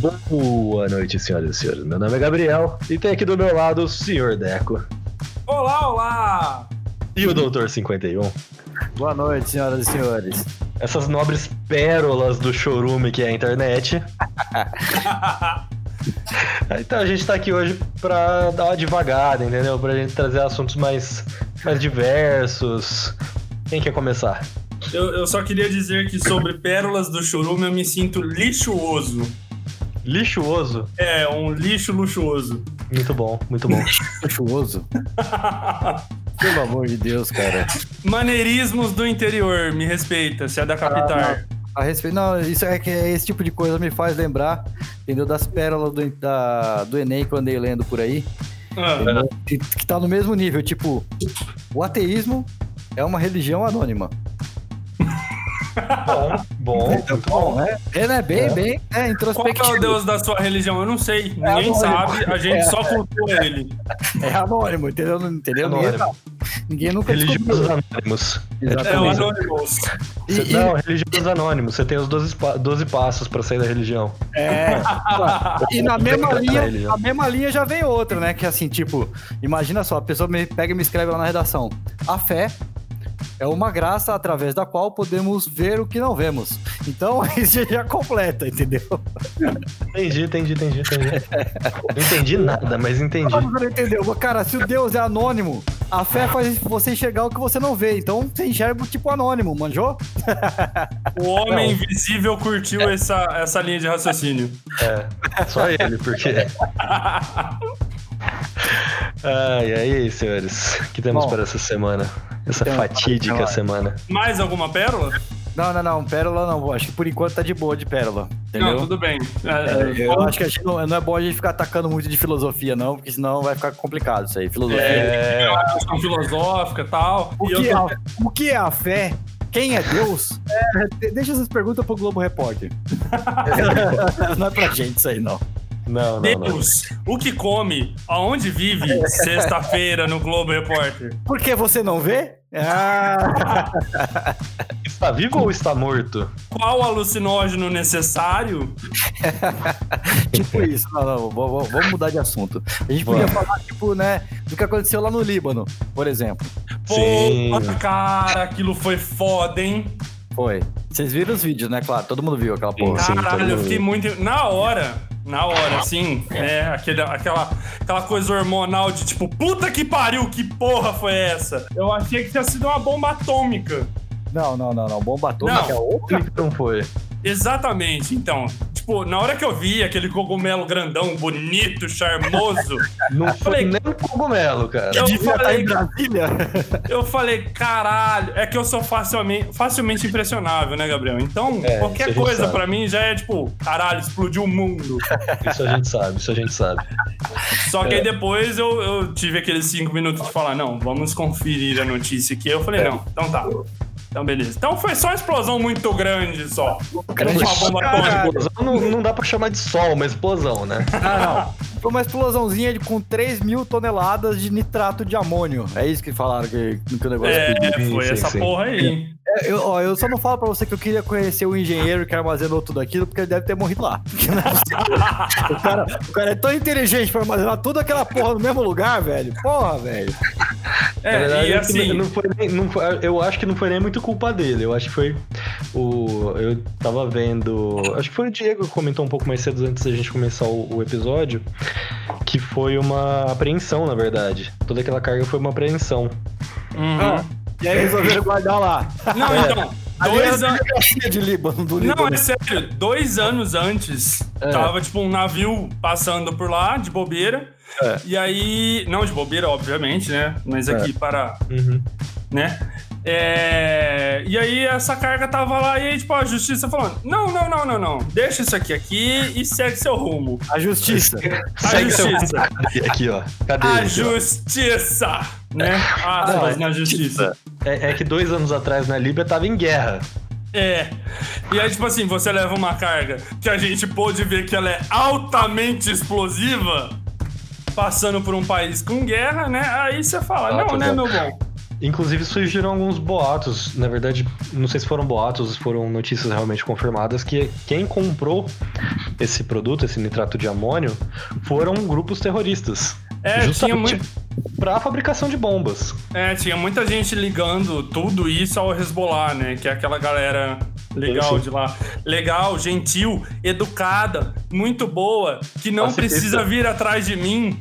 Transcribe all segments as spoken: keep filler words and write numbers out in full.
Boa noite, senhoras e senhores. Meu nome é Gabriel e tem aqui do meu lado o senhor Deco. Olá, olá! E o doutor cinquenta e um. Boa noite, senhoras e senhores. Essas nobres pérolas do chorume que é a internet. Então a gente tá aqui hoje pra dar uma devagada, entendeu? Pra gente trazer assuntos mais, mais diversos. Quem quer começar? Eu, eu só queria dizer que sobre pérolas do chorume eu me sinto lixuoso. Lixuoso? É, um lixo luxuoso. Muito bom, muito bom. Luxuoso? Pelo amor de Deus, cara. Maneirismos do interior, me respeita, se é da capital. Ah, a respeito, não, isso é que esse tipo de coisa me faz lembrar, entendeu? Das pérolas do, da, do Enem que eu andei lendo por aí. Ah. Que, que tá no mesmo nível, tipo, o ateísmo é uma religião anônima. Bom, bom, muito bom, né? Ele é bem, é. bem é, introspectivo. Qual é o deus da sua religião? Eu não sei, ninguém é sabe, a gente é. só cultua ele. É anônimo, entendeu? entendeu? Anônimo. Ninguém, ninguém nunca religiosos anônimos. É, é o Anonymous. E, não, e... religiosos anônimos. Você tem os doze, doze passos pra sair da religião. É. E na mesma linha, na mesma linha já vem outra, né? Que assim, tipo, imagina só, a pessoa me pega e me escreve lá na redação. A fé é uma graça através da qual podemos ver o que não vemos. Então, isso já completa, entendeu? Entendi, entendi, entendi, entendi. Não entendi nada, mas entendi. Você não entendeu? Cara, se o Deus é anônimo, a fé faz você enxergar o que você não vê. Então, você enxerga o tipo anônimo, manjou? O homem não. invisível curtiu é. essa, essa linha de raciocínio. É, só ele, porque... Ai, e aí, senhores? O que temos Bom, para essa semana? Essa fatídica semana. Mais alguma pérola? Não, não, não. Pérola não. Acho que por enquanto tá de boa de pérola. Entendeu? Não, tudo bem. É, eu acho que a gente não, não é bom a gente ficar atacando muito de filosofia, não, porque senão vai ficar complicado isso aí. Filosofia. É, é questão filosófica e tal. O, e que eu... é a, o que é a fé? Quem é Deus? É, deixa essas perguntas pro Globo Repórter. Não é pra gente isso aí, não. Não, não, Deus, não. O que come, aonde vive, sexta-feira no Globo Repórter? Por que você não vê? Ah. Está vivo ou está morto? Qual alucinógeno necessário? Tipo isso, não, não, vamos mudar de assunto. A gente podia Boa. falar, tipo, né, do que aconteceu lá no Líbano, por exemplo. Pô, cara, aquilo foi foda, hein? Foi. Vocês viram os vídeos, né? Claro, todo mundo viu aquela porra. Caralho, eu fiquei muito... Na hora, na hora, assim, é, aquele, aquela, aquela coisa hormonal de tipo, puta que pariu, que porra foi essa? Eu achei que tinha sido uma bomba atômica. Não, não, não, não. Bomba atômica não. é outra? Não foi. Exatamente, então... Tipo, na hora que eu vi aquele cogumelo grandão, bonito, charmoso... Não foi falei, nem um cogumelo, cara. Eu devia falei, estar em Brasília. Eu falei, caralho... É que eu sou facilmente, facilmente impressionável, né, Gabriel? Então, é, qualquer coisa sabe. pra mim já é tipo... Caralho, explodiu o mundo. Isso a gente sabe, isso a gente sabe. Só que é. aí depois eu, eu tive aqueles cinco minutos de falar... Não, vamos conferir a notícia aqui. Eu falei, é. não, então tá... Então, beleza. Então foi só uma explosão muito grande, só. Grande uma bomba atômica. Não, não dá pra chamar de sol, uma explosão, né? Ah, não. Foi uma explosãozinha de, com três mil toneladas de nitrato de amônio. É isso que falaram que, que o negócio... É, sim, foi sim, essa sim. porra aí. É, eu, ó, eu só não falo pra você que eu queria conhecer o engenheiro que armazenou tudo aquilo, porque ele deve ter morrido lá. Não é o, cara, o cara é tão inteligente pra armazenar toda aquela porra no mesmo lugar, velho. Porra, velho. É, verdade, e assim... Não foi nem, não foi, eu acho que não foi nem muito culpa dele. Eu acho que foi o... Eu tava vendo... Acho que foi o Diego que comentou um pouco mais cedo antes da gente começar o, o episódio, que foi uma apreensão, na verdade. Toda aquela carga foi uma apreensão. Uhum. Ah, e aí resolveram guardar lá. Não, é. então... Dois anos de Líbano, do Líbano. Não, é sério. Dois anos antes, é. tava tipo um navio passando por lá, de bobeira. É. E aí... Não de bobeira, obviamente, né? Mas aqui é. para... Uhum. Né? É... E aí essa carga tava lá e aí, tipo, a justiça falando: Não, não, não, não, não. Deixa isso aqui aqui e segue seu rumo. A justiça. A segue justiça. Seu... Aqui, ó. Cadê a ele, justiça. Ó? Né? Aspas na justiça. É, é que dois anos atrás na Líbia tava em guerra. É. E aí, tipo assim, você leva uma carga que a gente pôde ver que ela é altamente explosiva, passando por um país com guerra, né? Aí você fala, ah, não, né, bom. meu bom? Inclusive surgiram alguns boatos, na verdade, não sei se foram boatos, foram notícias realmente confirmadas, que quem comprou esse produto, esse nitrato de amônio, foram grupos terroristas. É, tinha muito... Pra fabricação de bombas. É, tinha muita gente ligando tudo isso ao Hezbollah, né? Que é aquela galera legal de lá. Legal, gentil, educada, muito boa, que não Pacifista. Precisa vir atrás de mim.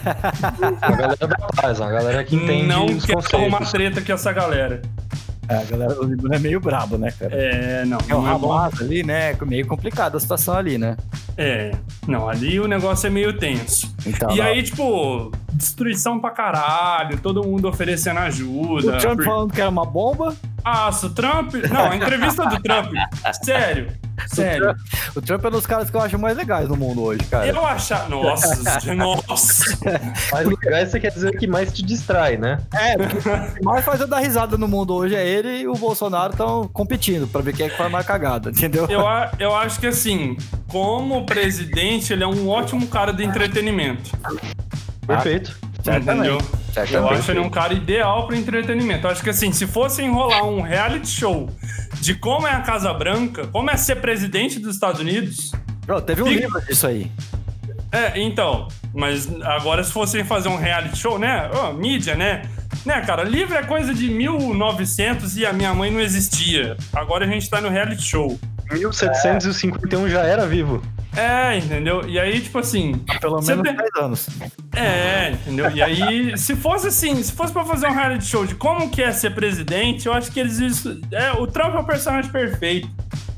A galera da paz, a galera que entende não os quer conceitos. arrumar treta com essa galera. É, a galera do Líbano é meio brabo, né, cara? É, não. É o não é Hamas ali, né? Meio complicada a situação ali, né? É, não, ali o negócio é meio tenso. Então, e não. aí, tipo, destruição pra caralho, todo mundo oferecendo ajuda. O Trump por... falando que era uma bomba. Ah, o Trump... Não, a entrevista do Trump, sério, sério. O Trump, o Trump é um dos caras que eu acho mais legais no mundo hoje, cara. Eu achava... Nossa, nossa. Mais legais você quer dizer que mais te distrai, né? É, porque o que mais faz eu dar risada no mundo hoje é ele e o Bolsonaro estão competindo pra ver quem é que faz mais cagada, entendeu? Eu, eu acho que, assim, como presidente, ele é um ótimo cara de entretenimento. Perfeito. Entendeu? Certamente. Eu acho ele um cara ideal para entretenimento. Eu acho que, assim, se fosse enrolar um reality show de como é a Casa Branca, como é ser presidente dos Estados Unidos... Oh, teve um fica... livro disso aí. É, então, mas agora se fossem fazer um reality show, né? Oh, mídia, né? Né, cara, livro é coisa de mil e novecentos e a minha mãe não existia. Agora a gente tá no reality show. mil setecentos e cinquenta e um é. já era vivo. É, entendeu? E aí, tipo assim... Pelo menos tem... dez anos. É, entendeu? E aí, se fosse assim, se fosse pra fazer um reality show de como que é ser presidente, eu acho que eles... Isso, é, o Trump é o personagem perfeito.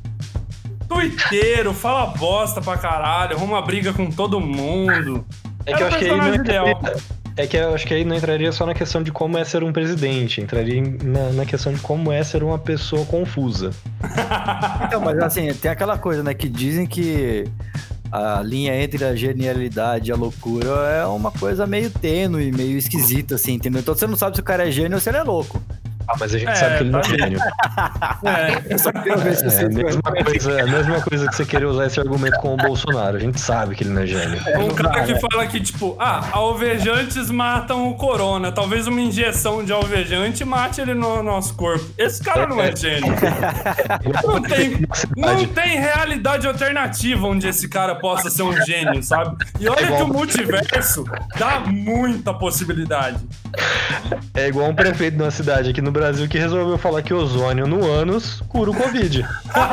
Tuiteiro, fala bosta pra caralho, arruma briga com todo mundo. É que eu acho que aí não entraria, é que eu acho que aí não entraria só na questão de como é ser um presidente, entraria na, na questão de como é ser uma pessoa confusa. Então, mas assim, tem aquela coisa, né, que dizem que a linha entre a genialidade e a loucura é uma coisa meio tênue, meio esquisita, assim, entendeu? Então você não sabe se o cara é gênio ou se ele é louco. Ah, mas a gente é, sabe que ele não é gênio. É, eu só queria ver se você... É a mesma, coisa, a mesma coisa que você querer usar esse argumento com o Bolsonaro. A gente sabe que ele não é gênio. Um cara que fala que, tipo, ah, alvejantes matam o corona. Talvez uma injeção de alvejante mate ele no nosso corpo. Esse cara não é gênio. Não tem, não tem realidade alternativa onde esse cara possa ser um gênio, sabe? E olha que o multiverso dá muita possibilidade. É igual um prefeito de uma cidade aqui no Brasil que resolveu falar que ozônio no ânus cura o Covid.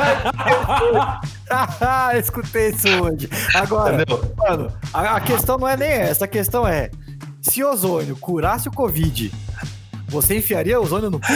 Escutei isso hoje. Agora, Entendeu? mano, a, a questão não é nem essa. A questão é, se ozônio curasse o Covid, você enfiaria ozônio no cu?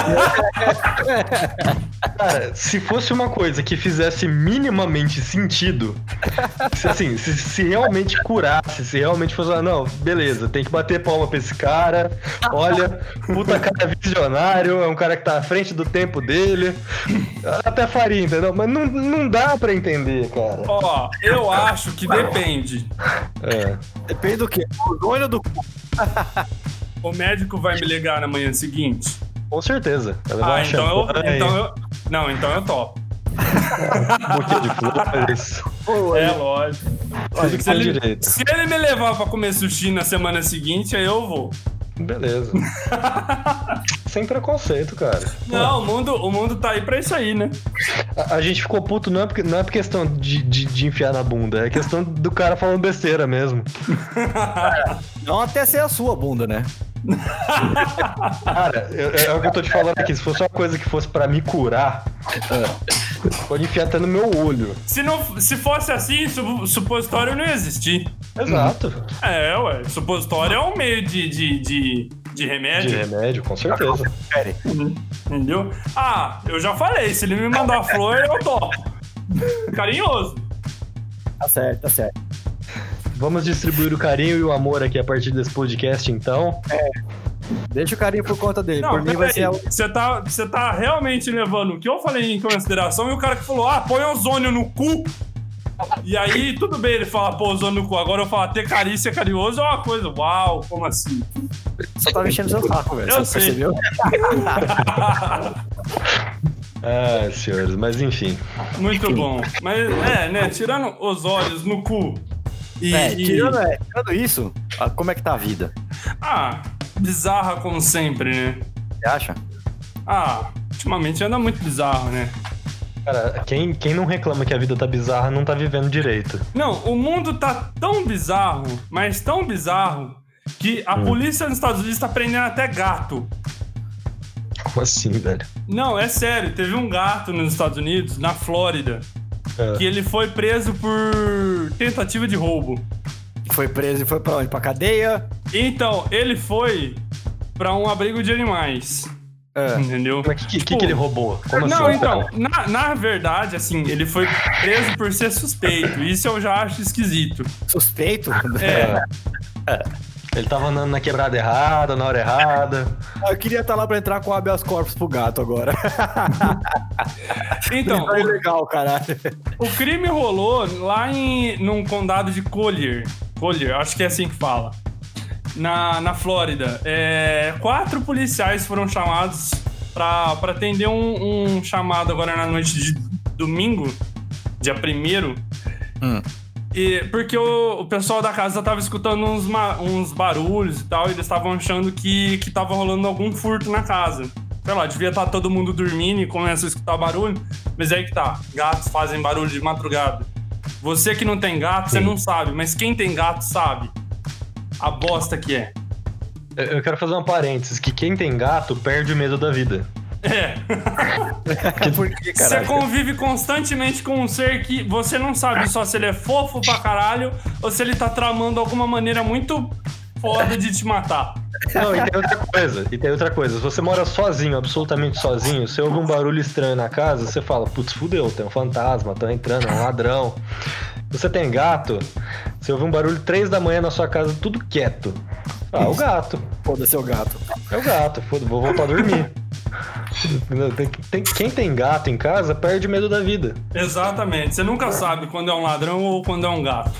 Cara, se fosse uma coisa que fizesse minimamente sentido, se, assim, se, se realmente curasse, se realmente fosse, ah, não, beleza, tem que bater palma pra esse cara, olha, puta cara visionário, é um cara que tá à frente do tempo dele, até faria, entendeu? Mas não, não dá pra entender, cara. Ó, eu acho que depende. É. Depende do quê? Ozônio do cu. O médico vai me ligar na manhã seguinte? Com certeza. Ah, então eu, então eu... Não, então eu topo. Um buquê de flores. É, lógico. Tudo que se, ele, direito. se ele me levar pra comer sushi na semana seguinte, aí eu vou. Beleza. Sem preconceito, cara. Não, o mundo, o mundo tá aí pra isso aí, né? A, a gente ficou puto não é, porque, não é por questão de, de, de enfiar na bunda, é questão do cara falando besteira mesmo. Não até ser a sua bunda, né? Cara, eu, é o que eu tô te falando aqui. Se fosse uma coisa que fosse pra me curar, pode enfiar até no meu olho. Se, não, se fosse assim, su, supositório não ia existir. Exato. É, ué. Supositório é um meio de, de, de, de remédio. De remédio, com certeza. Entendeu? Ah, eu já falei. Se ele me mandar flor, eu topo. Carinhoso. Tá certo, tá certo. Vamos distribuir o carinho e o amor aqui a partir desse podcast, então. É. Deixa o carinho por conta dele. Não, por mim vai ser... Você tá, você tá realmente levando o que eu falei em consideração e o cara que falou, ah, põe ozônio no cu. E aí, tudo bem ele falar pôr ozônio no cu. Agora eu falo, ter carícia carinhoso é uma coisa. Uau, como assim? Só tá mexendo no seu saco, velho. Eu Você sei. percebeu? Ah, senhores, mas enfim. Muito bom. Mas, é, né, tirando os olhos no cu... E, é, e... tirando, é, tirando isso, como é que tá a vida? Ah, bizarra como sempre, né? Você acha? Ah, ultimamente anda muito bizarro, né? Cara, quem, quem não reclama que a vida tá bizarra não tá vivendo direito. Não, o mundo tá tão bizarro, mas tão bizarro, que a hum. polícia nos Estados Unidos tá prendendo até gato. Como assim, velho? Não, é sério. Teve um gato nos Estados Unidos, na Flórida, é. que ele foi preso por tentativa de roubo. Foi preso e foi pra onde? Pra cadeia? Então, ele foi pra um abrigo de animais. É. Entendeu? Mas o que, tipo, que, que ele roubou? Como não, assim? então, na, na verdade, assim, ele foi preso por ser suspeito. Isso eu já acho esquisito. Suspeito? É. é. Ele tava andando na quebrada errada, na hora errada. Eu queria estar lá pra entrar com habeas corpus pro gato agora. Então, é legal, caralho. O crime rolou lá em num condado de Collier. Collier, acho que é assim que fala. Na, na Flórida. É, quatro policiais foram chamados pra, pra atender um, um chamado agora na noite de domingo, dia primeiro. Hum. E, porque o, o pessoal da casa tava escutando uns, uns barulhos e tal, e eles estavam achando que, que tava rolando algum furto na casa. Sei lá, devia estar todo mundo dormindo e começa a escutar barulho, mas aí que tá, gatos fazem barulho de madrugada. Você que não tem gato, Sim. você não sabe, mas quem tem gato sabe a bosta que é. Eu quero fazer uma parênteses, que quem tem gato perde o medo da vida. É. Por que, você convive constantemente com um ser que você não sabe só se ele é fofo pra caralho ou se ele tá tramando alguma maneira muito foda de te matar. Não, e tem outra coisa, e tem outra coisa. Se você mora sozinho, absolutamente sozinho, você ouve um barulho estranho na casa, você fala, putz, fudeu, tem um fantasma, tá entrando, é um ladrão. Você tem gato, você ouve um barulho três da manhã na sua casa, tudo quieto. Ah, o gato. Foda-se o gato. É o gato, foda, vou voltar a dormir. Tem, tem, quem tem gato em casa perde o medo da vida. Exatamente, você nunca sabe quando é um ladrão ou quando é um gato.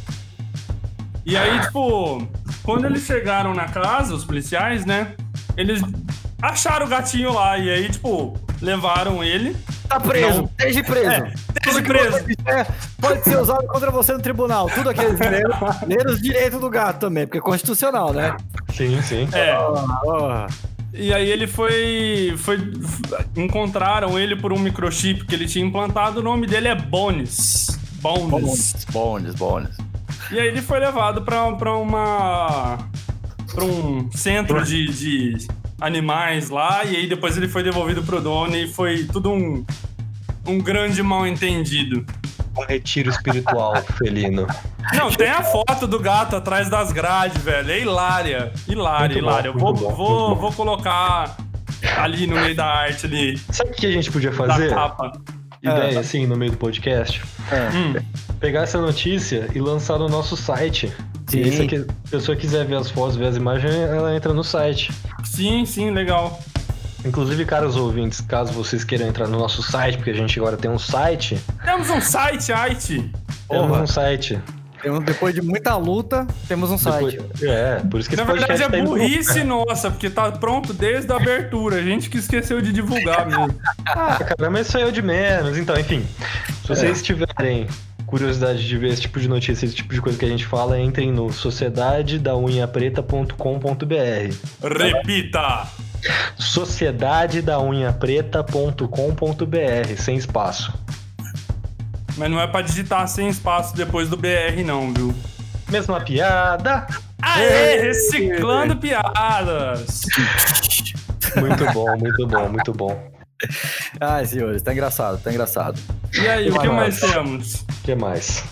E aí, tipo, quando eles chegaram na casa, os policiais, né, eles acharam o gatinho lá e aí, tipo, levaram ele. Tá preso, não... desde preso. É, desde preso. É, pode ser usado contra você no tribunal. Tudo aqueles ler os direitos do gato também, porque é constitucional, né? Sim, sim. É. Oh, oh. E aí ele foi, foi... Encontraram ele por um microchip que ele tinha implantado. O nome dele é Bones. Bones. Bones, Bones. E aí ele foi levado pra, pra uma... Pra um centro de, de animais lá. E aí depois ele foi devolvido pro dono e foi tudo um... Um grande mal-entendido. Um retiro espiritual felino. Não, tem a foto do gato atrás das grades, velho. É hilária. Hilária, muito hilária. Bom, vou, bom, vou, vou colocar ali no meio da arte ali. Sabe o que a gente podia fazer? Da capa. Ideia, é. assim, no meio do podcast? É. Hum. Pegar essa notícia e lançar no nosso site. Sim. E se a pessoa quiser ver as fotos, ver as imagens, ela entra no site. Sim, sim, legal. Inclusive, caros ouvintes, caso vocês queiram entrar no nosso site, porque a gente agora tem um site. Temos um site, Ait. Temos Porra. um site. Depois de muita luta, temos um site. Depois, é, por isso que Na esse verdade é tá burrice indo... nossa, porque tá pronto desde a abertura. A gente que esqueceu de divulgar mesmo. Ah, cara, mas sou eu de menos. Então, enfim, se vocês é. tiverem curiosidade de ver esse tipo de notícia, esse tipo de coisa que a gente fala, entrem no sociedade da unha preta ponto com ponto b r. Repita! sociedade da unha preta ponto com ponto b r, sem espaço. Mas não é pra digitar sem espaço depois do B R, não, viu? Mesma piada. Aê, reciclando piadas. Muito bom, muito bom, muito bom. Ai, senhores, tá engraçado, tá engraçado. E aí, o que mais temos? O que mais?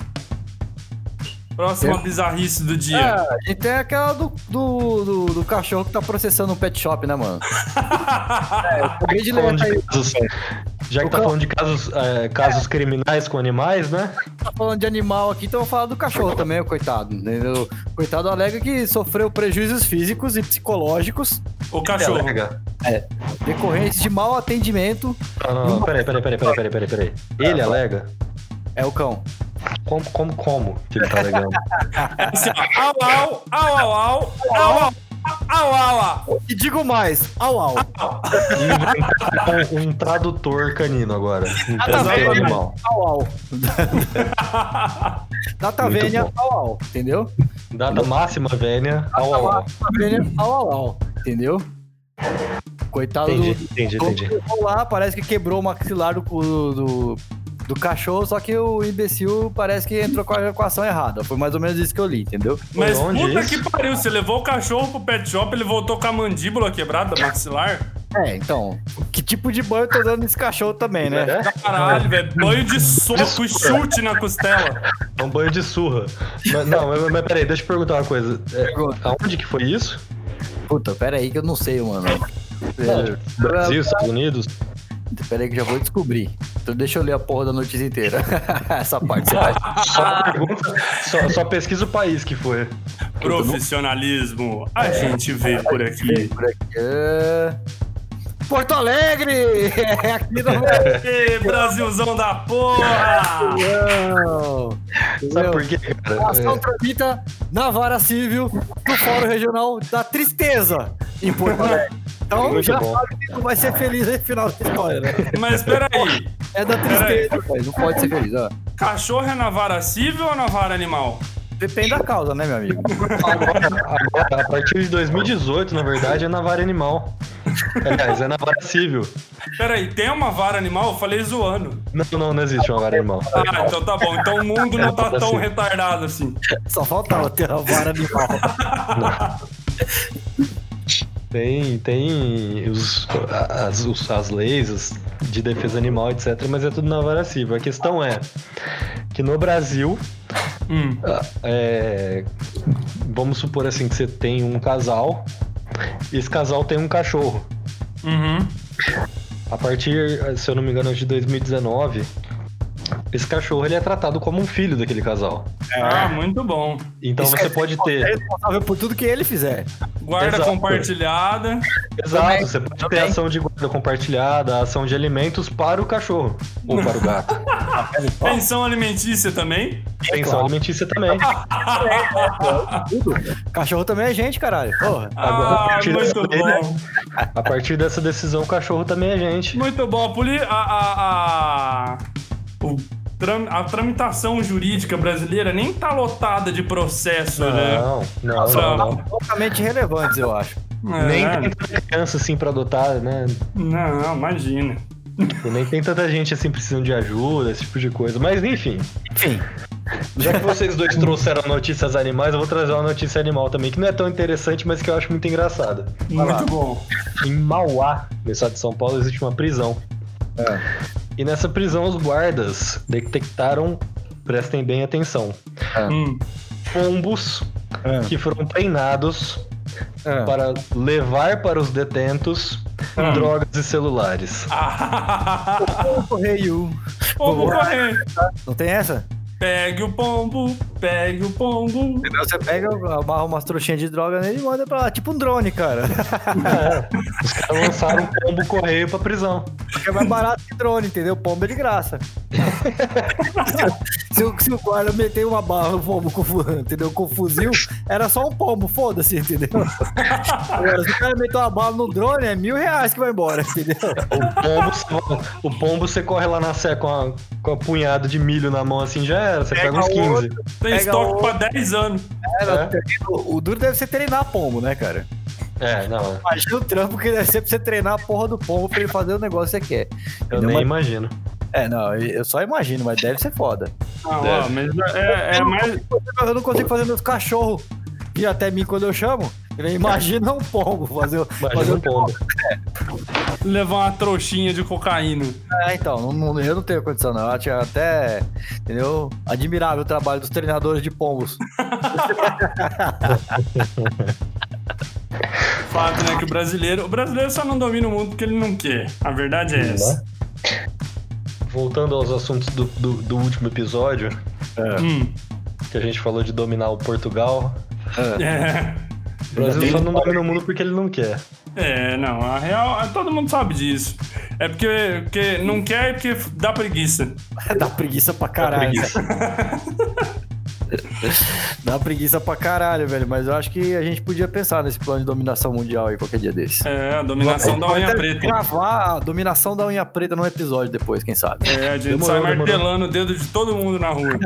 Próxima Tem... bizarrice do dia. É, a gente tem aquela do, do, do, do cachorro que tá processando um pet shop, né, mano? é, eu acabei de ler aí. Casos, já que o tá cão... falando de casos, é, casos é. criminais com animais, né? Tá falando de animal aqui, então eu vou falar do cachorro também, o coitado. Entendeu? O coitado alega que sofreu prejuízos físicos e psicológicos. O cachorro. É. Decorrentes de mau atendimento. Não, não, não. Peraí, peraí, peraí, peraí, peraí, peraí. Ele alega? É o cão. Como, como, como que ele tá alegando? Assim, ó, au, au, au, au, au, au, au, au, au, au. E digo mais, au, au. Um, um tradutor canino agora. Um tradutor animal. Au, au. Data vênia, au, au. Entendeu? Data máxima vênia, au, au. Data máxima vênia, au, au, au. Entendeu? Coitado Entendi, do... entendi, entendi. Lá, parece que quebrou o maxilar do, do, do cachorro, só que o imbecil parece que entrou com a equação errada. Foi mais ou menos isso que eu li, entendeu? Mas Onde puta isso? que pariu, você levou o cachorro pro pet shop, ele voltou com a mandíbula quebrada, maxilar? É, então, que tipo de banho eu tô dando nesse cachorro também, né? É? Caralho, velho, banho de soco e chute na costela. É um banho de surra. Mas, não, mas, mas peraí, deixa eu perguntar uma coisa. É, Pergunta. aonde que foi isso? Puta, pera aí que eu não sei, mano. Não, Brasil, Estados Unidos? Pera aí que já vou descobrir. Então deixa eu ler a porra da notícia inteira. Essa parte você vai. Só, pergunta, só, só pesquisa o país que foi. Profissionalismo, a gente vê por aqui. Por aqui. É... Porto Alegre! É aqui no Ê, Brasilzão da porra! Não. Sabe por quê, A ação cara? tramita na vara civil do Fórum Regional da Tristeza em Porto Alegre. Então Muito já bom. sabe que não vai ser feliz no final da história, né? Mas peraí, É da tristeza, rapaz, não pode ser feliz. Ó. cachorro é na vara civil ou na vara animal? Depende da causa, né, meu amigo? Agora, agora, a partir de dois mil e dezoito, na verdade, é na vara animal. Aliás, é na vara civil. Peraí, tem uma vara animal? Eu falei zoando. Não, não, não existe uma vara animal. Ah, então tá bom. Então o mundo não tá tão retardado assim. Só faltava ter a vara animal. Tem, tem os, as, os- as leis os de defesa animal, etcétera, mas é tudo na vara civil. A questão é que no Brasil, Hum. ah, é, vamos supor assim que você tem um casal e esse casal tem um cachorro. Uhum. A partir, se eu não me engano, de dois mil e dezenove, esse cachorro ele é tratado como um filho daquele casal. Ah, muito bom. Então Isso você é- pode É ter... responsável por tudo que ele fizer. Guarda Exato. compartilhada. Exato, Também, você pode ter também. ação de guarda compartilhada, ação de alimentos para o cachorro ou para o gato. Pensão alimentícia também. Pensão claro. alimentícia também. Cachorro também é gente, caralho. Porra. Agora, a Ah, partir muito dessa lei, né? bom. A partir dessa decisão, o cachorro também é gente. Muito bom. A, poli... a, a, a... o tram- a tramitação jurídica brasileira nem tá lotada de processo, né? Não, não, Nossa. não, não. Totalmente relevantes, eu acho. É. Nem tem tanta criança assim pra adotar, né? Não, imagina. E nem tem tanta gente assim precisando de ajuda, esse tipo de coisa. Mas enfim, Enfim. já que vocês dois trouxeram notícias animais, eu vou trazer uma notícia animal também, que não é tão interessante, mas que eu acho muito engraçada. Muito bom. Em Mauá, no estado de São Paulo, existe uma prisão. É. E nessa prisão, os guardas detectaram, prestem bem atenção, Hum. pombos É. que foram treinados É. para levar para os detentos Ah. drogas e celulares. Correio. Pombo correr. Não tem essa? Pegue o pombo, pegue o pombo. Entendeu? Você pega, amarra umas trouxinhas de droga nele e manda pra lá. Tipo um drone, cara. É, os caras lançaram um pombo correio pra prisão. Porque é mais barato que drone, entendeu? Pombo é de graça. se, o, se o guarda meter uma bala no pombo com, fu- entendeu? Com fuzil, era só um pombo, foda-se, entendeu? Agora, se o cara meter uma bala no drone, é mil reais que vai embora, entendeu? O pombo, o pombo você corre lá na sé com a, com a punhada de milho na mão assim, já era. Você pega, Pega uns quinze. outro. Tem Pega estoque o- pra dez anos. É, o, o duro deve ser treinar pombo, né, cara? É, não, Imagina o trampo que deve ser pra você treinar a porra do pombo pra ele fazer o negócio que você quer. eu Entendeu? nem Mas- imagino. É, não, eu só imagino, mas deve ser foda. Ah, ó, mas é, é mais. Eu não consigo fazer meus cachorros vir até mim quando eu chamo. Imagina um pombo fazer, o- fazer Imagina o um pombo. Levar uma trouxinha de cocaína. É, então, não- não- eu não tenho condição, não. Eu acho até, entendeu? Admirável o trabalho dos treinadores de pombos. Fato, né? Que o brasileiro. O brasileiro só não domina o mundo porque ele não quer. A verdade é essa. Voltando aos assuntos do, do, do último episódio, Hum. que a gente falou de dominar o Portugal. É. O Brasil só não domina o mundo porque ele não quer. É, não, a real, todo mundo sabe disso. É porque, porque não quer e porque dá preguiça. Dá preguiça pra caralho. Preguiça. Dá preguiça pra caralho, velho. Mas eu acho que a gente podia pensar nesse plano de dominação mundial aí qualquer dia desse. É, a dominação da unha preta. Gravar a dominação da unha preta num episódio depois, quem sabe. É, a gente Demorou, sai demorou. martelando o dedo de todo mundo na rua.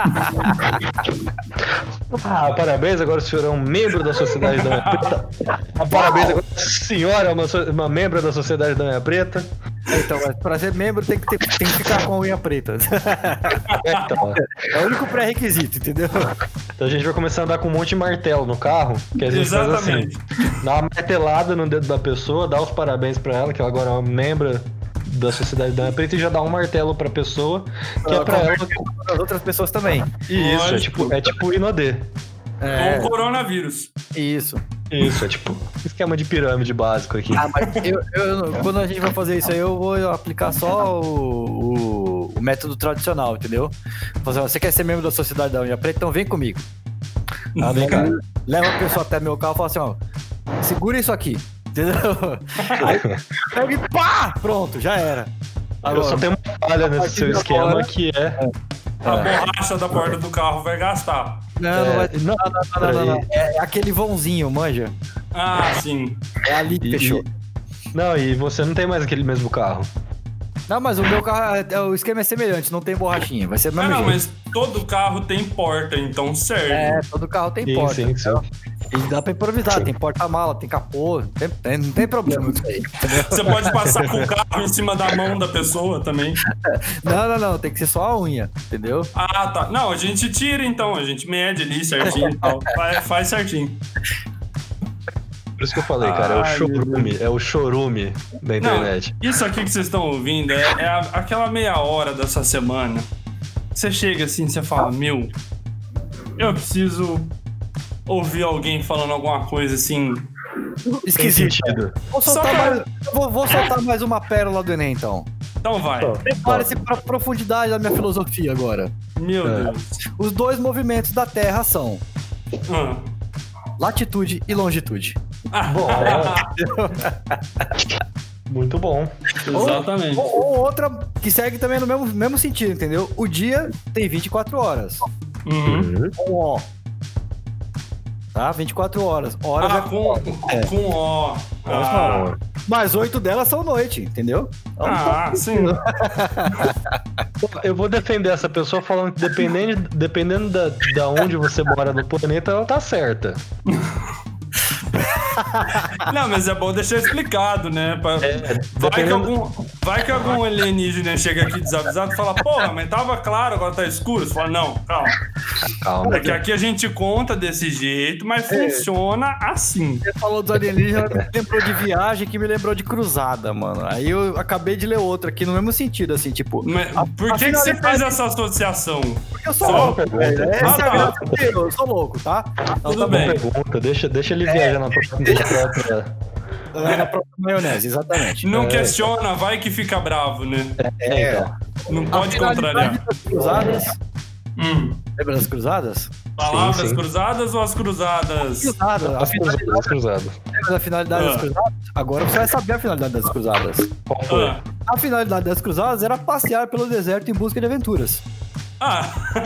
Ah, parabéns, agora o senhor é um membro da Sociedade da Unha Preta. Ah, parabéns, agora a senhora é uma, so- uma membro da Sociedade da Unha Preta. Então, mas pra ser membro tem que, ter, tem que ficar com a unha preta. É, então, É o único pré-requisito, entendeu? então a gente vai começar a andar com um monte de martelo no carro, que a gente Exatamente. faz assim, dá uma martelada no dedo da pessoa, dá os parabéns pra ela, que ela agora é uma membro da Sociedade da Unha Preta, e já dá um martelo pra pessoa, que é pra ela... As outras pessoas também. Isso, é Lógico. tipo, é tipo Inodê. Com o coronavírus. Isso. Isso, é tipo esquema de pirâmide básico aqui. Ah, mas eu, eu- quando a gente vai fazer isso aí, eu vou aplicar só o, o- o método tradicional, entendeu? Fazer, ó, você quer ser membro da Sociedade da Unha Preta? Então vem comigo. Ah, vem cá. Leva a pessoa até meu carro e fala assim, ó, segura isso aqui, entendeu? Aí pega e pá! Pronto, já era. Eu só tenho uma falha nesse seu esquema, que é... A borracha da porta do carro vai gastar. Não, não, vai, É, não, não, não, não, não, não, não. É aquele vãozinho, manja. Ah, sim. É ali que E- fechou. Não, e você não tem mais aquele mesmo carro. Não, mas o meu carro, é- o esquema é semelhante, não tem borrachinha, vai ser do Ah, mesmo não, jeito. mas todo carro tem porta, então serve. É, todo carro tem Sim, porta. sim, sim. E dá pra improvisar, tem porta-mala, tem capô, tem, tem- não tem problema isso aí, entendeu? Você pode passar com o carro em cima da mão da pessoa também. Não, não, não, tem que ser só a unha, entendeu? Ah, tá. Não, a gente tira então, a gente mede ali certinho e tal. Faz, faz certinho. Por isso que eu falei, cara, é o Ai, chorume, é o chorume da internet. Não, isso aqui que vocês estão ouvindo é, é a- aquela meia hora dessa semana. Você chega assim, você fala, meu, eu preciso ouvir alguém falando alguma coisa assim. Tem Esquisito. sentido. Vou Só soltar, pra- mais, vou, vou soltar mais uma pérola do Enem, então. Então vai. Prepare-se pra profundidade da minha filosofia agora. Meu É. Deus. Os dois movimentos da Terra são Ah. latitude e longitude. Bom, muito bom. Exatamente. Ou, ou outra que segue também no mesmo, mesmo sentido, entendeu? O dia tem vinte e quatro horas. Uhum. Com O. Tá? vinte e quatro horas. Horas Ah, é com, É. com ó. Ah, Mas oito delas são noite, entendeu? Então, ah, sim. Eu vou defender essa pessoa falando que dependendo, dependendo da, da onde você mora no planeta, ela tá certa. Não, mas é bom deixar explicado, né? Pra- vai, que dependendo- algum, vai que algum alienígena chega aqui desavisado e fala, porra, mas tava claro, agora tá escuro. Você fala, não, calma. Calma. É que aqui a gente conta desse jeito, mas funciona assim. Você falou dos alienígenas, me lembrou de viagem que me lembrou de cruzada, mano. Aí eu acabei de ler outro aqui no mesmo sentido, assim, tipo. Mas a- por a que, que você finalidade- fez essa associação? Porque eu sou Só louco, pergunta. velho. Essa Ah, é a tá. graça do eu, eu sou louco, tá? Então, Tudo tá bem. Pergunta, deixa, deixa ele viajar na próxima. Deixa pra- bom. É na própria maionese, exatamente. Não É. questiona, vai que fica bravo, né? É, então. Não A pode finalidade contrariar. das cruzadas. Hum. Lembra das cruzadas? Palavras sim. cruzadas ou as cruzadas? Cruzadas. A As finalidade, cruzadas, cruzadas. lembra da finalidade Ah. das cruzadas? Agora você vai saber a finalidade das cruzadas. Qual foi? Ah. A finalidade das cruzadas era passear pelo deserto em busca de aventuras. Ah,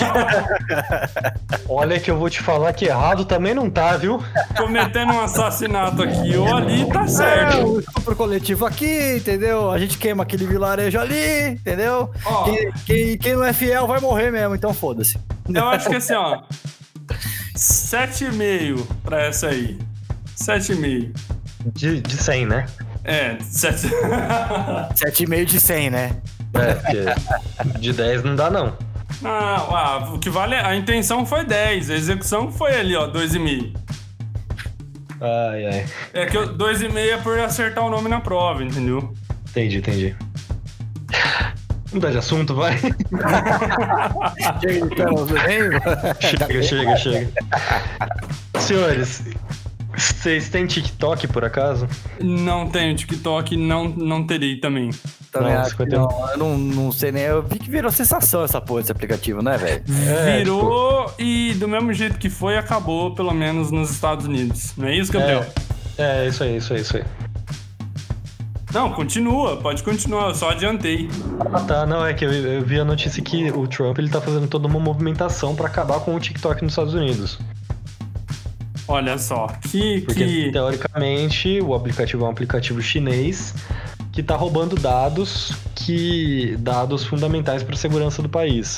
Olha que eu vou te falar que errado também não tá, viu? cometendo um assassinato aqui ou ali, tá É, certo. o estupro coletivo aqui, entendeu? A gente queima aquele vilarejo ali, entendeu? Ó. Quem, quem, quem não é fiel vai morrer mesmo, então foda-se. Eu acho que assim, ó. sete e meio pra essa aí. sete e meio. De, de cem, né? É, sete. sete e meio de cem, né? É, porque de dez não dá, não. Não, ah, o que vale. A intenção foi dez, a execução foi ali, ó, dois e meio. Ai, ai. É que dois e meio é por acertar o nome na prova, entendeu? Entendi, entendi. Mudar de assunto, vai. Chega de pérolas do Enem. Chega, chega, chega. Senhores, vocês têm TikTok por acaso? Não tenho TikTok, não, não terei também. Também Não, acho que cinquenta e um. não, eu não, não sei nem. Eu vi que virou sensação essa porra desse aplicativo, né, velho? É, Virou e do mesmo jeito que foi, acabou, pelo menos nos Estados Unidos. Não é isso, campeão? É, é isso aí, isso aí, isso aí. Não, continua, pode continuar, eu só adiantei. Ah, tá, não, é que eu, eu vi a notícia que o Trump, ele tá fazendo toda uma movimentação pra acabar com o TikTok nos Estados Unidos. Olha só, que... Porque, que... teoricamente, o aplicativo é um aplicativo chinês que tá roubando dados, que dados fundamentais pra segurança do país.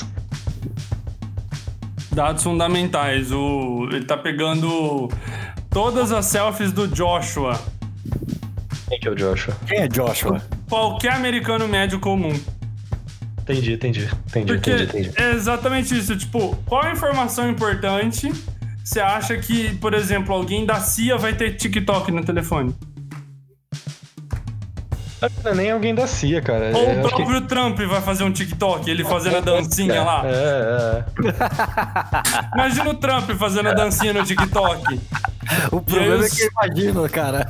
Dados fundamentais, o... ele tá pegando todas as selfies do Joshua. Quem que é o Joshua? Quem é Joshua? Qualquer americano médio comum. Entendi, entendi, entendi, Porque entendi, entendi. é exatamente isso, tipo, qual informação importante você acha que, por exemplo, alguém da C I A vai ter TikTok no telefone? Não é nem alguém da C I A, cara. Ou é, o próprio que... Trump vai fazer um TikTok, ele fazendo a dancinha é, lá. É, é. Imagina o Trump fazendo a dancinha no TikTok. O problema é que eu imagino, cara.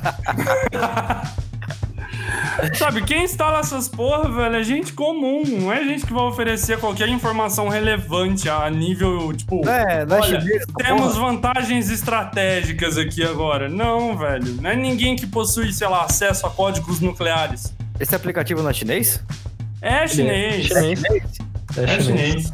Sabe, quem instala essas porra, velho, é gente comum. Não é gente que vai oferecer qualquer informação relevante a nível, tipo... É, não é olha, chinês, temos porra. vantagens estratégicas aqui agora. Não, velho. Não é ninguém que possui, sei lá, acesso a códigos nucleares. Esse aplicativo não é chinês? É chinês. É chinês. É, É chinês. chinês.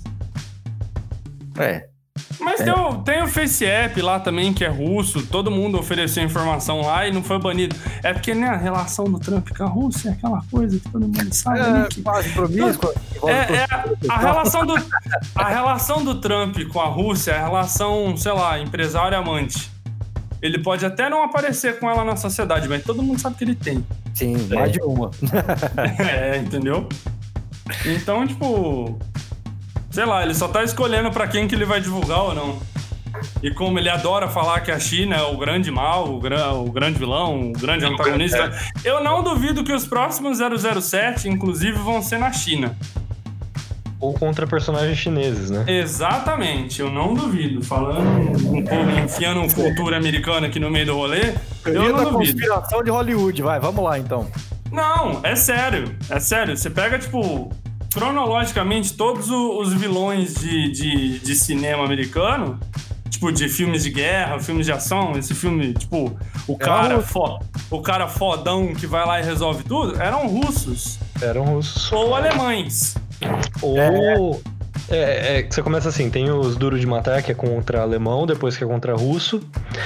É. Mas É. tem, o, tem o Face App lá também, que é russo. Todo mundo ofereceu informação lá e não foi banido. É porque, né, a relação do Trump com a Rússia é aquela coisa que todo mundo sabe. né, que... É, quase promíscua. É, é a, a, relação do, a relação do Trump com a Rússia é a relação, sei lá, empresário-amante. Ele pode até não aparecer com ela na sociedade, mas todo mundo sabe que ele tem. Sim, mais de uma. É, entendeu? Então, tipo... Sei lá, ele só tá escolhendo pra quem que ele vai divulgar ou não. E como ele adora falar que a China é o grande mal, o, gra- o grande vilão, o grande antagonista, eu não duvido que os próximos zero zero sete, inclusive, vão ser na China. Ou contra personagens chineses, né? Exatamente, eu não duvido. Falando um pouco, enfiando cultura americana aqui no meio do rolê, eu Teoria da não duvido. conspiração de Hollywood, vai, vamos lá então. Não, é sério, é sério. Você pega, tipo, cronologicamente, todos o- os vilões de, de, de cinema americano, tipo, de filmes de guerra, filmes de ação, esse filme, tipo, o cara, fo- o cara fodão que vai lá e resolve tudo, eram russos Eram russos. ou alemães. Ou... É, é, você começa assim, tem os Duro de Matar, que é contra alemão, depois que é contra russo,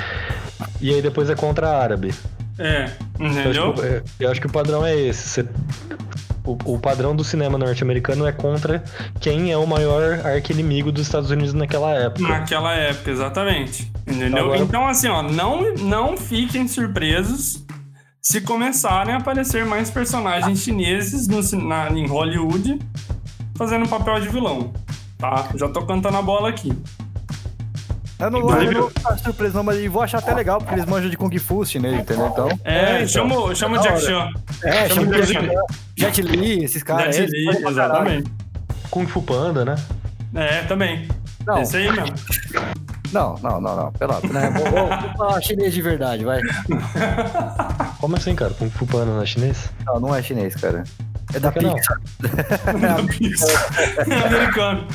e aí depois é contra árabe. É, Eu entendeu? acho, que, eu- eu acho que o padrão é esse. Você- o, o padrão do cinema norte-americano é contra quem é o maior arqui-inimigo dos Estados Unidos naquela época. Naquela época, exatamente. Entendeu? Agora- Então, assim, ó, não, não fiquem surpresos se começarem a aparecer mais personagens chineses no, cin- na, em Hollywood fazendo papel de vilão. Tá? Já tô cantando a bola aqui. Eu não, vou- eu não vou ficar surpreso não, mas eu vou achar até legal, porque eles manjam de Kung Fu chinês, entendeu? Então, É, então. chama, chama o Jack Chan. É, Chama chama o de Jack Chan. Jet Li, esses caras. Jet eles Li, fazem pra caralho. exatamente. Kung Fu Panda, né? É, também. Não. Esse aí mesmo. Não, não, não, não. Pela, né? Vou, vou, vou falar chinês de verdade, vai. Como assim, cara? Kung Fu Panda não é chinês? Não, não é chinês, cara. É da Por que não? Pixar. É americano.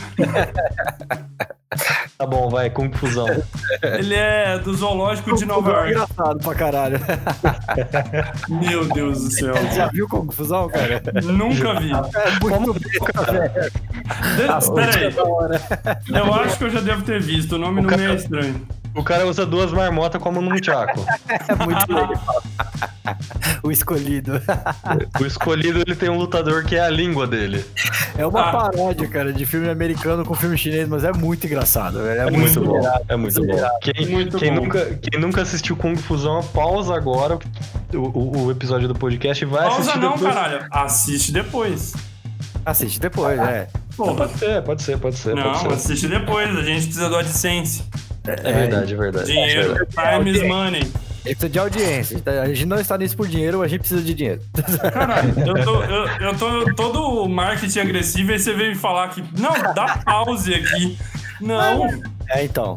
Tá bom, vai, Kung Fusão. Ele é do zoológico de Nova É York. engraçado pra caralho. Meu Deus do céu. Já viu Confusão, cara? Nunca vi. É muito bom, velho. De- Peraí, Da hora. eu acho que eu já devo ter visto. O nome O não cara- me é estranho. O cara usa duas marmotas como num tchaco. É muito legal. O escolhido. O escolhido, ele tem um lutador que é a língua dele. É uma Ah. paródia, cara, de filme americano com filme chinês, mas é muito engraçado, velho. É, É muito, muito bom. bom. É muito bom. Quem, Muito quem, bom. Nunca, quem nunca assistiu Kung Fusão, pausa agora o, o, o episódio do podcast e vai Pausa assistir não, depois. caralho. Assiste depois. Assiste depois, é. Porra. Pode ser, pode ser, pode ser. Não, pode ser. assiste depois. A gente precisa do AdSense. É verdade, é verdade. Dinheiro. É verdade. Time is money. A gente precisa de audiência. A gente não está nisso por dinheiro, a gente precisa de dinheiro. Caralho, eu tô, eu, eu tô todo marketing agressivo e você veio me falar que. Não, dá pause aqui. Não. É, então.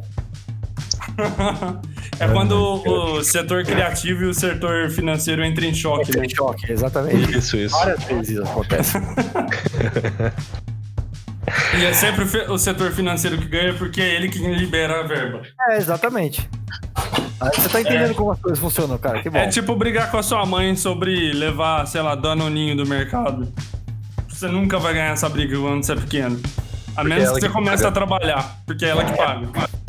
É quando o, o setor criativo e o setor financeiro entram em choque, né? Tem choque, exatamente. Isso, isso. Várias vezes isso acontece. E é sempre o, fe- o setor financeiro que ganha porque é ele que libera a verba. É, exatamente. Aí você tá entendendo é. como as coisas funcionam, cara. Que bom. É tipo brigar com a sua mãe sobre levar, sei lá, danoninho do mercado. Você nunca vai ganhar essa briga quando você é pequeno. A porque menos que você que comece paga. a trabalhar, porque é ela que paga.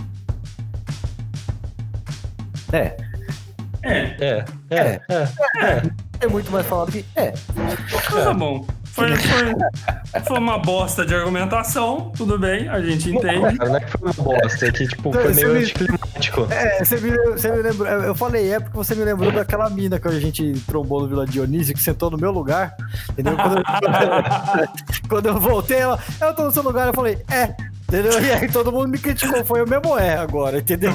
É. É. É. É. É. É. É, é muito mais falado que é. Tá bom. Foi, foi, foi uma bosta de argumentação, tudo bem, a gente entende. Não é que foi uma bosta, é que tipo, foi meio me... anticlimático. É, você me, você me lembrou, eu falei é porque você me lembrou daquela mina que a gente trombou no Vila Dionísio, que sentou no meu lugar, entendeu? Quando eu, quando eu voltei, ela, eu tô no seu lugar, eu falei, é, entendeu? E aí todo mundo me criticou, foi o mesmo é agora, entendeu?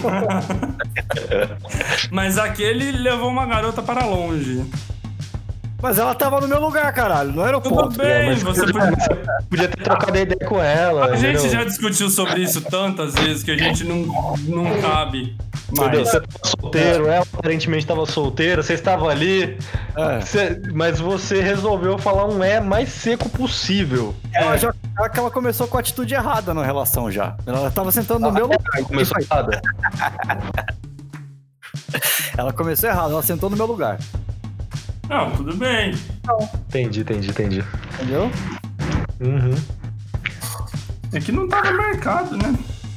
Mas aquele levou uma garota para longe. Mas ela tava no meu lugar, caralho, não era o ponto. Tudo bem, é, você podia, podia ter trocado a ideia com ela. A gente entendeu? já discutiu sobre isso tantas vezes que a gente não, não cabe mais. Você tava solteiro, ela aparentemente tava solteira, você estava ali, é. você, mas você resolveu falar um é mais seco possível. Ela já, ela começou com a atitude errada na relação já. Ela tava sentando no ah, meu lugar. Começou errada. Ela começou errada, ela sentou no meu lugar. Não, tudo bem. Não. Entendi, entendi, entendi. Entendeu? Uhum. É que não tava marcado, né?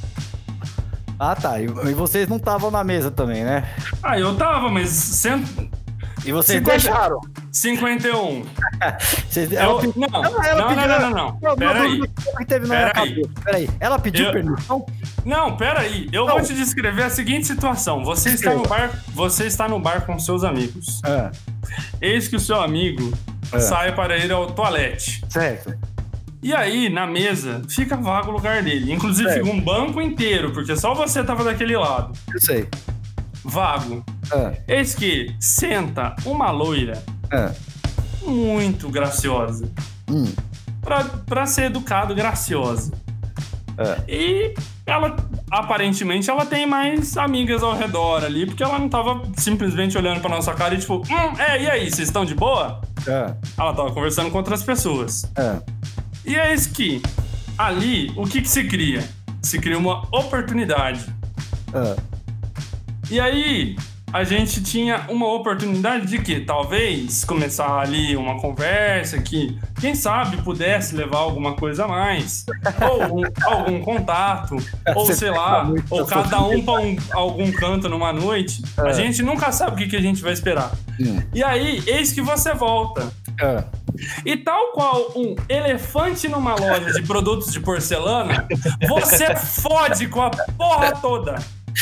Ah, tá. E, e vocês não estavam na mesa também, né? Ah, eu tava, mas... Cent... E vocês cinquenta... deixaram? cinquenta e um. Vocês... Eu... Ela... Não, não, ela não, pediu... não, não, não, não. Pera aí. Que teve na pera aí. Pera aí. Ela pediu eu... permissão? Não, pera aí. Eu não. vou te descrever a seguinte situação. Você está no bar, você está no bar com seus amigos. É. Eis que o seu amigo é. sai para ir ao toalete. Certo. E aí, na mesa, fica vago o lugar dele. Inclusive, certo. Fica um banco inteiro, porque só você tava daquele lado. Eu sei. Vago. É. Eis que senta uma loira é. muito graciosa. Hum. Pra, pra ser educado, graciosa. É. E ela, aparentemente, ela tem mais amigas ao redor ali, porque ela não tava simplesmente olhando pra nossa cara e tipo, hum, é, e aí, vocês estão de boa? É. Ela tava conversando com outras pessoas. É. E é isso que, ali, o que que se cria? Se cria uma oportunidade. É. E aí, a gente tinha uma oportunidade de que talvez começar ali uma conversa que, quem sabe, pudesse levar alguma coisa a mais, ou um, algum contato, ou sei lá, ou cada um para um, algum canto numa noite. É. A gente nunca sabe o que, que a gente vai esperar. Hum. E aí, eis que você volta. É. E tal qual um elefante numa loja de produtos de porcelana, você fode com a porra toda.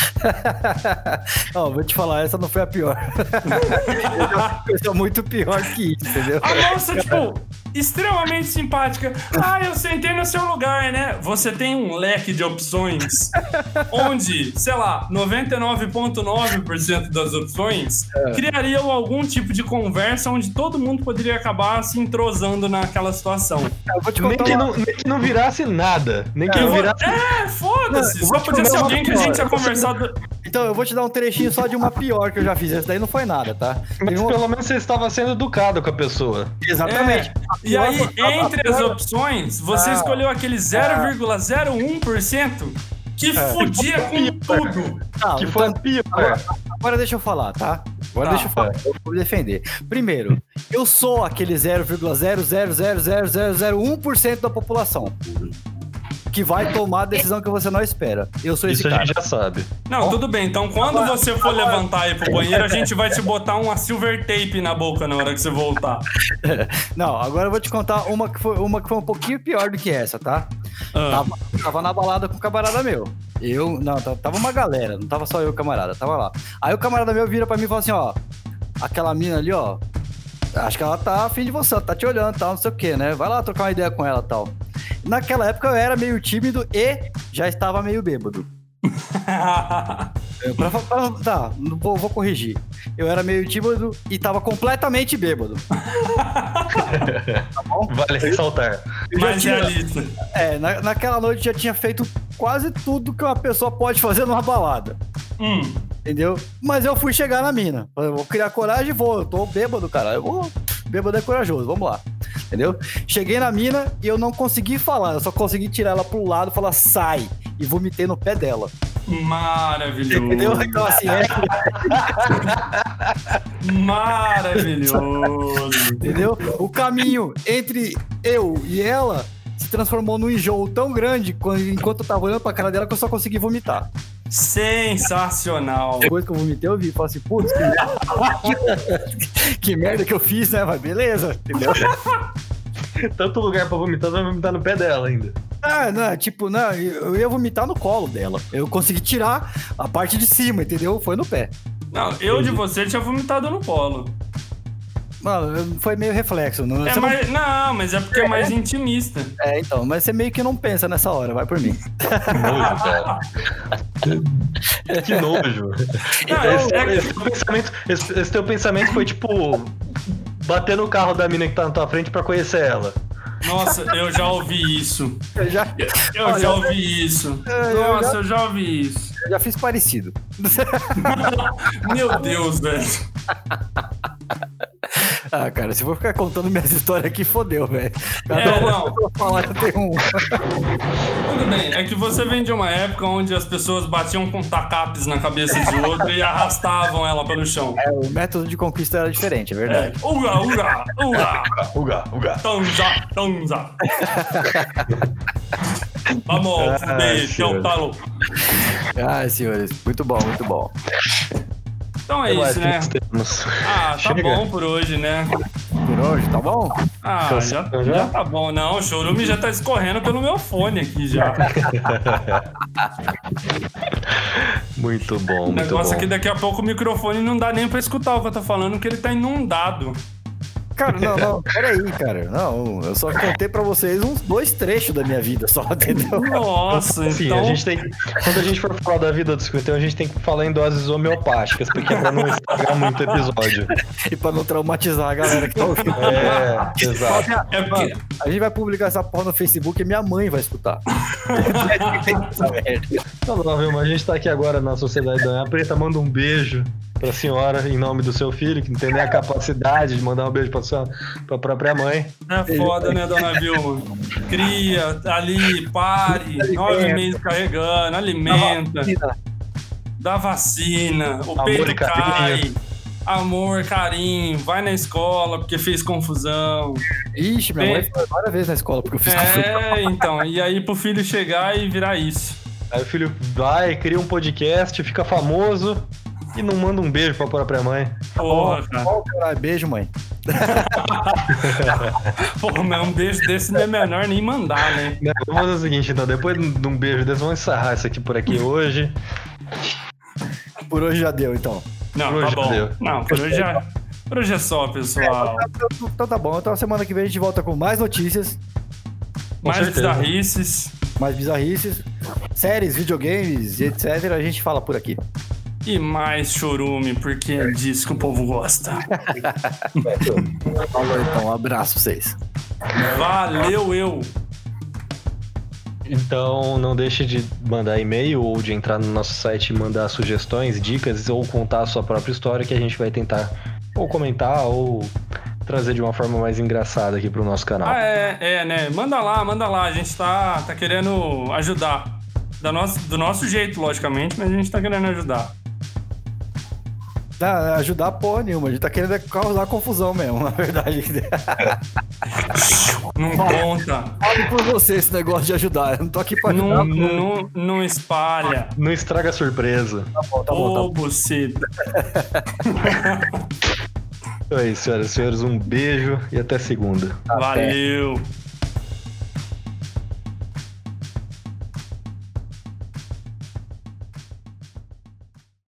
Ó, oh, vou te falar, essa não foi a pior. Eu sou muito pior que isso, entendeu? A moça, tipo, extremamente simpática. Ah, eu sentei no seu lugar, né? Você tem um leque de opções onde, sei lá, noventa e nove vírgula nove por cento das opções é. criariam algum tipo de conversa onde todo mundo poderia acabar se entrosando naquela situação. Eu vou te contar nem, que uma... não, nem que não virasse nada. Nem que é, não virasse... É, foda-se. Só podia ser alguém que a gente ia conversar... Então, eu vou te dar um trechinho só de uma pior que eu já fiz. Essa daí não foi nada, tá? Mas uma... pelo menos você estava sendo educado com a pessoa. Exatamente. É. E aí, entre as opções, você ah. escolheu aquele zero vírgula zero um por cento que é. fudia com tudo. Não, que foi então, pior. Agora, agora deixa eu falar, tá? Agora tá. deixa eu falar. Eu vou me defender. Primeiro, eu sou aquele zero vírgula zero zero zero zero zero zero um por cento da população que vai tomar a decisão que você não espera. Eu sou esse Isso cara. Isso a gente já sabe. Não, tudo bem. Então, quando você for levantar e ir pro banheiro, a gente vai te botar uma silver tape na boca na hora que você voltar. Não, agora eu vou te contar uma que foi, uma que foi um pouquinho pior do que essa, tá? Ah. Tava, tava na balada com um camarada meu. Eu, não, tava uma galera, não tava só eu e o camarada, tava lá. Aí o camarada meu vira pra mim e fala assim, ó, aquela mina ali, ó, acho que ela tá afim de você, ela tá te olhando e tal, não sei o que, né? Vai lá trocar uma ideia com ela e tal. Naquela época eu era meio tímido e já estava meio bêbado. eu, pra, pra, tá, vou, vou corrigir. Eu era meio tímido e estava completamente bêbado. Tá bom? Vale ressaltar. Mais realista. É, na, naquela noite eu já tinha feito quase tudo que uma pessoa pode fazer numa balada. Hum. Entendeu? Mas eu fui chegar na mina. Eu vou criar coragem e vou. Eu tô bêbado, cara. Eu vou. Bêbado é corajoso, vamos lá. Entendeu? Cheguei na mina e eu não consegui falar. Eu só consegui tirar ela pro lado e falar, sai. E vomitei no pé dela. Maravilhoso. Entendeu? Então, assim, é... Maravilhoso. Entendeu? O caminho entre eu e ela se transformou num enjoo tão grande quando, enquanto eu tava olhando pra cara dela que eu só consegui vomitar. Sensacional. Depois que eu vomitei, eu vi e falei assim, putz, que merda. que merda que eu fiz, né? Mas beleza, entendeu? Tanto lugar pra vomitar, você vai vomitar no pé dela ainda. Ah, não, tipo, não, eu ia vomitar no colo dela. Eu consegui tirar a parte de cima, entendeu? Foi no pé. Não, eu de você tinha vomitado no colo. Mano, foi meio reflexo. Não, é mais, não... não, mas é porque é mais intimista. É, então, mas você meio que não pensa nessa hora, vai por mim. Que nojo, cara. Que nojo. Não, esse, é... esse, teu pensamento, esse, esse teu pensamento foi tipo bater no carro da mina que tá na tua frente pra conhecer ela. Nossa, eu já ouvi isso. Eu já, eu Olha, já ouvi isso. Eu, Nossa, eu já... eu já ouvi isso. Eu já fiz parecido. Meu Deus, velho. Ah, cara, se for ficar contando minhas histórias aqui, fodeu, velho. É, não. Falar que tem um. Tudo bem, é que você vem de uma época onde as pessoas batiam com tacapes na cabeça de outro e arrastavam ela pelo chão. É, o método de conquista era diferente, é verdade. É. Uga, uga, uga. Uga, uga. Tanza, tanza. Vamos, fuder, que é um talo. Ai, senhores, muito bom, muito bom. Então é isso, né? Ah, tá Chega. bom por hoje, né? Por hoje, tá bom? Ah, já, já tá bom. Não, o chorume já tá escorrendo pelo meu fone aqui já. Muito bom, muito bom. O negócio aqui, daqui a pouco o microfone não dá nem pra escutar o que eu tô falando, porque ele tá inundado. Cara, não, não, peraí, cara. Não, eu só contei pra vocês uns dois trechos da minha vida só, entendeu? Nossa, Sim, então... a gente tem... Quando a gente for falar da vida do cinquenta, a gente tem que falar em doses homeopáticas, porque é pra não estragar muito o episódio. E pra não traumatizar a galera que tá ouvindo. É, exato. É porque... A gente vai publicar essa porra no Facebook e minha mãe vai escutar. Não, não, viu, mas a gente tá aqui agora na Sociedade da Unha Preta, manda um beijo pra senhora em nome do seu filho, que não tem nem a capacidade de mandar um beijo pra, sua, pra própria mãe. É foda, né, dona Vilma? Cria, ali, pare, nove meses carregando, alimenta, dá vacina, o Amor peito cai, amor, carinho, vai na escola porque fez confusão. Ixi, minha Tem... mãe foi várias vezes na escola porque eu fiz é, confusão. É, então, e aí pro filho chegar e virar isso. Aí o filho vai, cria um podcast, fica famoso... E não manda um beijo pra própria mãe. Porra, cara. Oh, caralho, beijo, mãe. Porra, mas um beijo desse não é melhor nem mandar, né? Não, vamos fazer o seguinte, então. Depois de um beijo desse, vamos encerrar isso aqui por aqui hoje. Por hoje já deu, então. Não, por tá hoje bom. Já deu. Não, por hoje já... Por hoje é só, pessoal. É, então, então tá bom. Então semana que vem a gente volta com mais notícias. Com mais certeza. bizarrices. Mais bizarrices. Séries, videogames e etcétera. A gente fala por aqui. E mais chorume, porque é disso que o povo gosta. Falou, então. Um abraço pra vocês. Valeu, eu. Então, não deixe de mandar e-mail ou de entrar no nosso site e mandar sugestões, dicas ou contar a sua própria história que a gente vai tentar ou comentar ou trazer de uma forma mais engraçada aqui pro nosso canal. Ah, é, é, né? Manda lá, manda lá. A gente tá, tá querendo ajudar. Da nosso, do nosso jeito, logicamente, mas a gente tá querendo ajudar. Não, ajudar porra nenhuma, a gente tá querendo causar confusão mesmo, na verdade. Não conta. Fale por você esse negócio de ajudar, eu não tô aqui pra ajudar. Não, não, não espalha. Não estraga a surpresa. Tá bom, tá bom. Ô, tá bom. buceta. Então é isso, senhoras e senhores, um beijo e até segunda. Valeu.